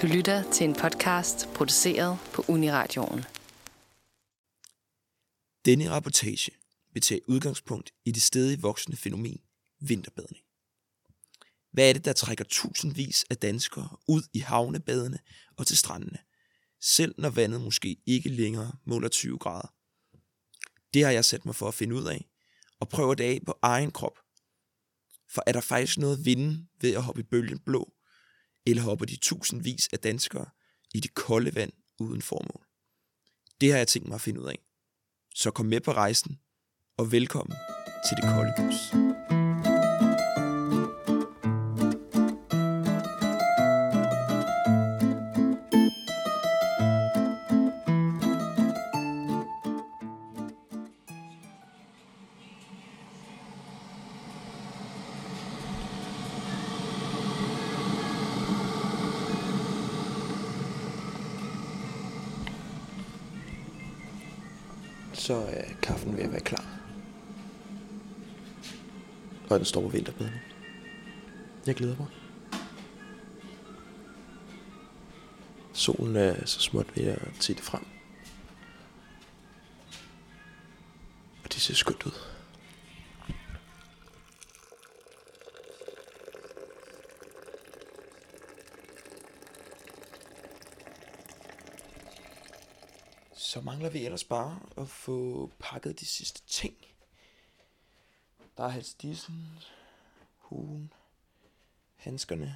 Du lytter til en podcast produceret på Uniradioen. Denne reportage vil tage udgangspunkt i det stadig voksende fænomen vinterbadning. Hvad er det, der trækker tusindvis af danskere ud i havnebadene og til strandene, selv når vandet måske ikke længere måler 20 grader? Det har jeg sat mig for at finde ud af, og prøve det af på egen krop. For er der faktisk noget at vinde ved at hoppe i bølgen blå, eller hopper de tusindvis af danskere i det kolde vand uden formål? Det har jeg tænkt mig at finde ud af. Så kom med på rejsen, og velkommen til Det Kolde Gys. Så er kaffen ved at være klar. Og den står på vinterbadning. Jeg glæder mig. Solen er så småt ved at titte frem. Og det ser skønt ud. Så mangler vi ellers bare at få pakket de sidste ting. Der er halsdissen, huen, handskerne,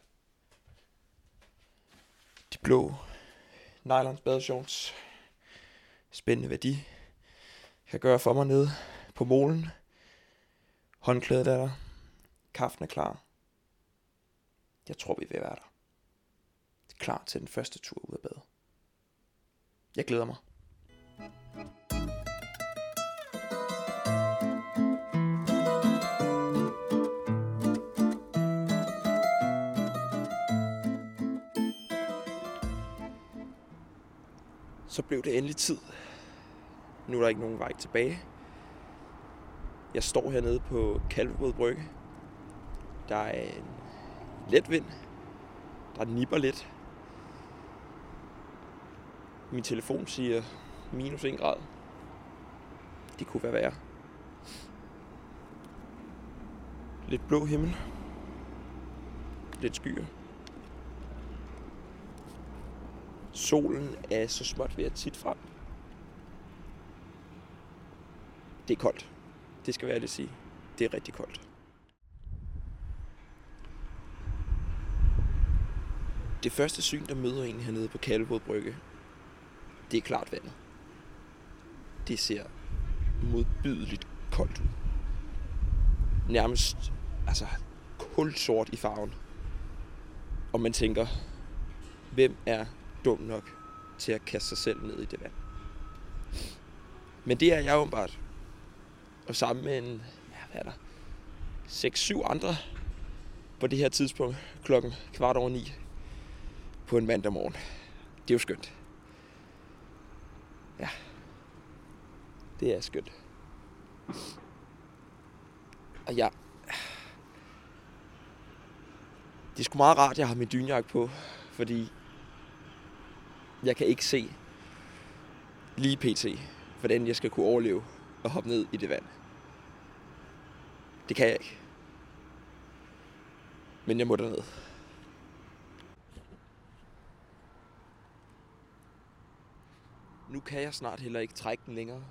de blå nylons badeshorts. Spændende hvad de kan gøre for mig nede på molen. Håndklædet er der. Kaffen er klar. Jeg tror vi vil være der. Klar til den første tur ud af badet. Jeg glæder mig. Så blev det endelig tid. Nu er der ikke nogen vej tilbage. Jeg står hernede på Kalvebod Brygge. Der er en let vind. Der nipper lidt. Min telefon siger -1 grad. Det kunne være værre. Lidt blå himmel. Lidt skyer. Solen er så småt ved at titte frem. Det er koldt. Det skal være det sige. Det er rigtig koldt. Det første syn, der møder en hernede på Kalvebod Brygge, det er klart vandet. Det ser modbydeligt koldt ud. Nærmest kulsort i farven. Og man tænker, hvem er dum nok til at kaste sig selv ned i det vand? Men det er jeg åbenbart. Og sammen med en, 6-7 andre på det her tidspunkt, klokken 9:15 på en mandag morgen. Det er jo skønt. Ja, det er skønt. Og ja, det er sgu meget rart, jeg har min dynjakke på, fordi jeg kan ikke se lige pt, hvordan jeg skal kunne overleve og hoppe ned i det vand. Det kan jeg ikke. Men jeg må derned. Nu kan jeg snart heller ikke trække den længere.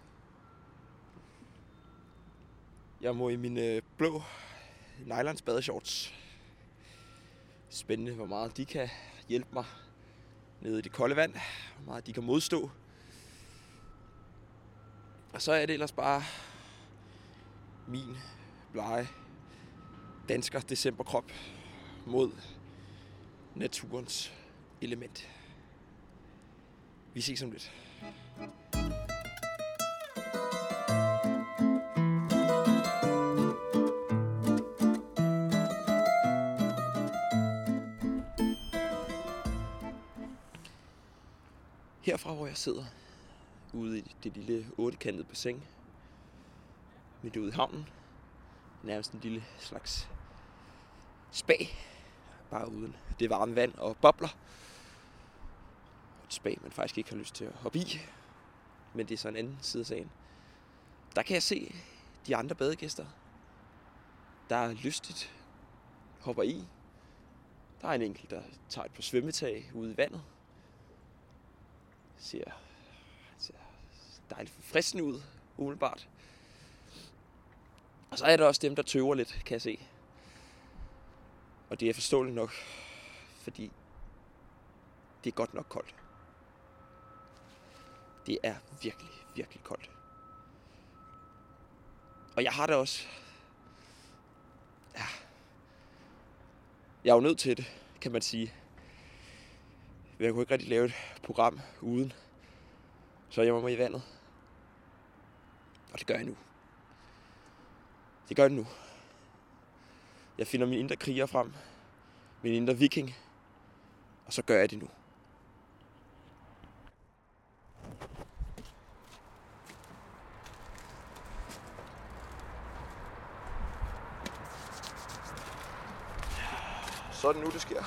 Jeg må i mine blå nylons badeshorts. Spændende, hvor meget de kan hjælpe mig nede i det kolde vand. Hvor meget de kan modstå. Og så er det ellers bare min blege dansker decemberkrop mod naturens element. Vi ses om lidt. Herfra, hvor jeg sidder, ude i det lille 8-kantede bassin, midt ude i havnen, nærmest en lille slags spa, bare uden det varme vand og bobler, spag, man faktisk ikke har lyst til at hoppe i. Men det er så en anden side af sagen. Der kan jeg se de andre badegæster, der er lystigt, hopper i. Der er en enkelt, der tager et par svømmetag ude i vandet. Ser dejligt forfriskende ud, umiddelbart. Og så er der også dem, der tøver lidt, kan jeg se. Og det er forståeligt nok, fordi det er godt nok koldt. Det er virkelig, virkelig koldt. Og jeg har det også. Ja. Jeg er jo nødt til det, kan man sige. Jeg kunne ikke rigtig lave et program uden. Så jeg må i vandet. Og det gør jeg nu. Det gør jeg nu. Jeg finder min indre kriger frem. Min indre viking. Og så gør jeg det nu. Så er det nu, det sker.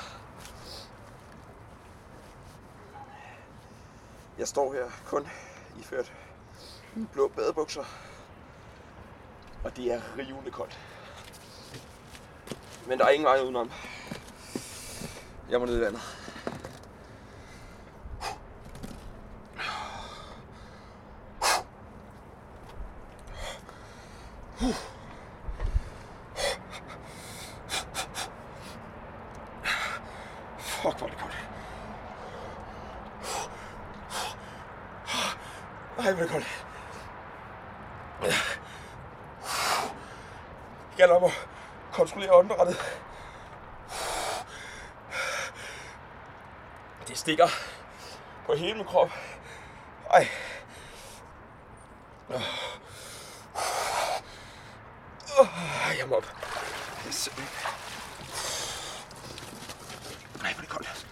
Jeg står her kun iført blå badebukser. Og det er rivende koldt. Men der er ingen vej udenom. Jeg må ned i vandet. Fuck, hvor er det koldt. Ej, hvor er det koldt. Det gælder om at kontrollere åndedrættet. Det stikker på hele min krop. Ej. Jeg må op. Det er simpelthen. Ej, hvor er det koldt.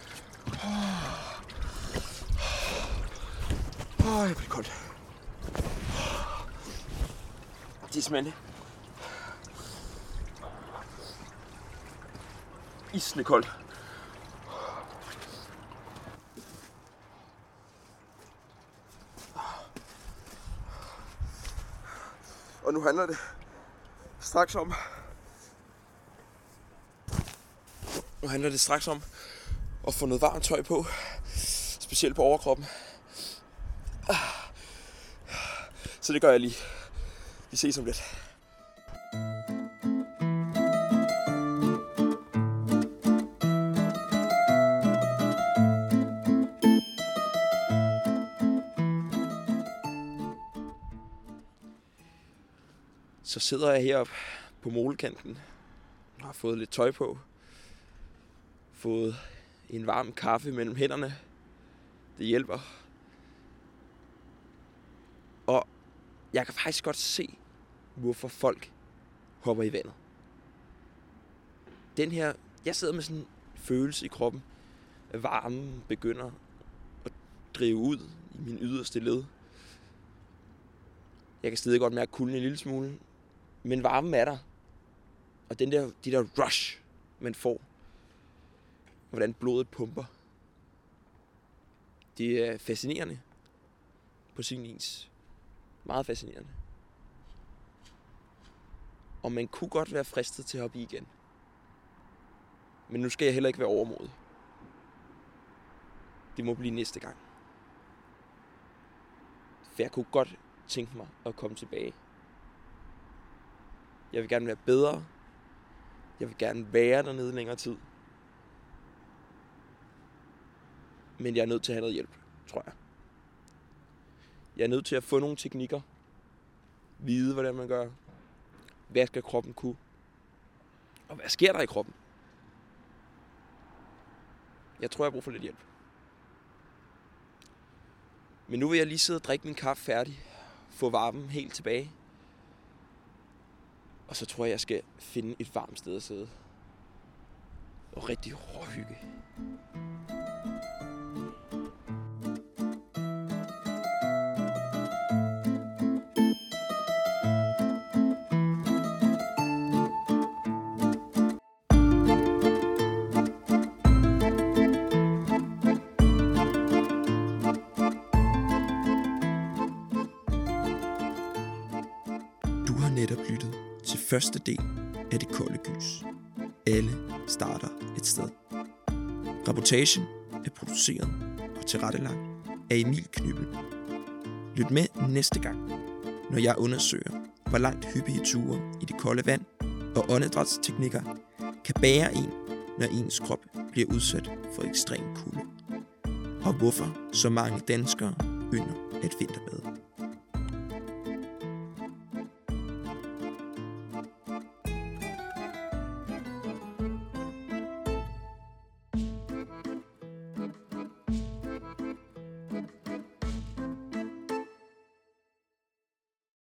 Ej, hvor er det koldt. Det er simpelthen isende koldt. Og nu handler det straks om at få noget varmt tøj på, specielt på overkroppen. Så det gør jeg lige. Vi ses om lidt. Så sidder jeg heroppe på molekanten og har fået lidt tøj på. Fået en varm kaffe mellem hænderne. Det hjælper. Og jeg kan faktisk godt se, hvorfor folk hopper i vandet. Jeg sidder med sådan en følelse i kroppen, at varmen begynder at drive ud i min yderste led. Jeg kan stadig godt mærke kulden en lille smule, men varmen er der. Og de der rush, man får, hvordan blodet pumper, det er fascinerende på sin vis. Meget fascinerende. Og man kunne godt være fristet til at hoppe i igen. Men nu skal jeg heller ikke være overmodig. Det må blive næste gang. For jeg kunne godt tænke mig at komme tilbage. Jeg vil gerne være bedre. Jeg vil gerne være dernede længere tid. Men jeg er nødt til at have noget hjælp, tror jeg. Jeg er nødt til at få nogle teknikker. Vide, hvordan man gør. Hvad skal kroppen kunne? Og hvad sker der i kroppen? Jeg tror, jeg har brug for lidt hjælp. Men nu vil jeg lige sidde og drikke min kaffe færdig. Få varmen helt tilbage. Og så tror jeg skal finde et varmt sted at sidde. Og rigtig råhygge. netop lyttet til første del af Det Kolde Gys. Alle starter et sted. Reportagen er produceret og tilrettelagt af Emil Knyppel. Lyt med næste gang, når jeg undersøger, hvor langt hyppige ture i det kolde vand og åndedrætsteknikker kan bære en, når ens krop bliver udsat for ekstrem kulde. Og hvorfor så mange danskere ynder at vinterbade.